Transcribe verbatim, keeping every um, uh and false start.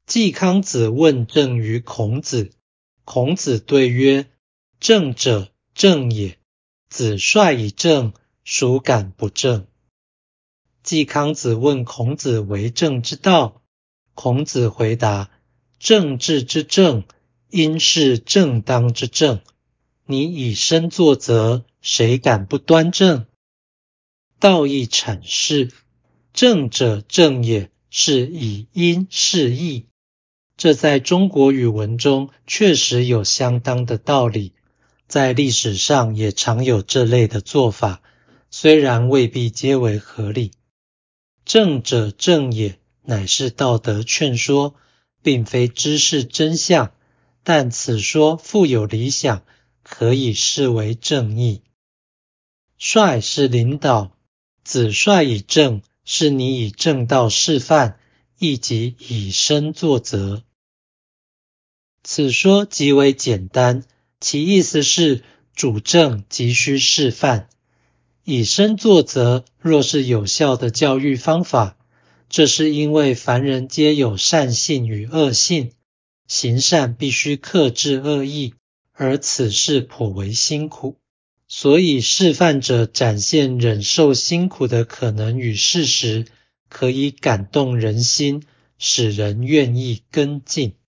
季康子问政于孔子，孔子对曰：正者，正也。子帅以正，孰敢不正？季康子问孔子为政之道，孔子回答：政治之正，应是正当之正。你以身作则，谁敢不端正？道义阐释，正者正也，是以因释义。这在中国语文中确实有相当的道理，在历史上也常有这类的做法，虽然未必皆为合理。正者正也，乃是道德劝说，并非知识真相，但此说富有理想，可以视为正义。率是领导，子帅以正，是你以正道示范，亦即以身作则。此说极为简单，其意思是主政急需示范。以身作则若是有效的教育方法，这是因为凡人皆有善性与恶性，行善必须克制恶意，而此事颇为辛苦，所以示范者展现忍受辛苦的可能与事实，可以感动人心，使人愿意跟进。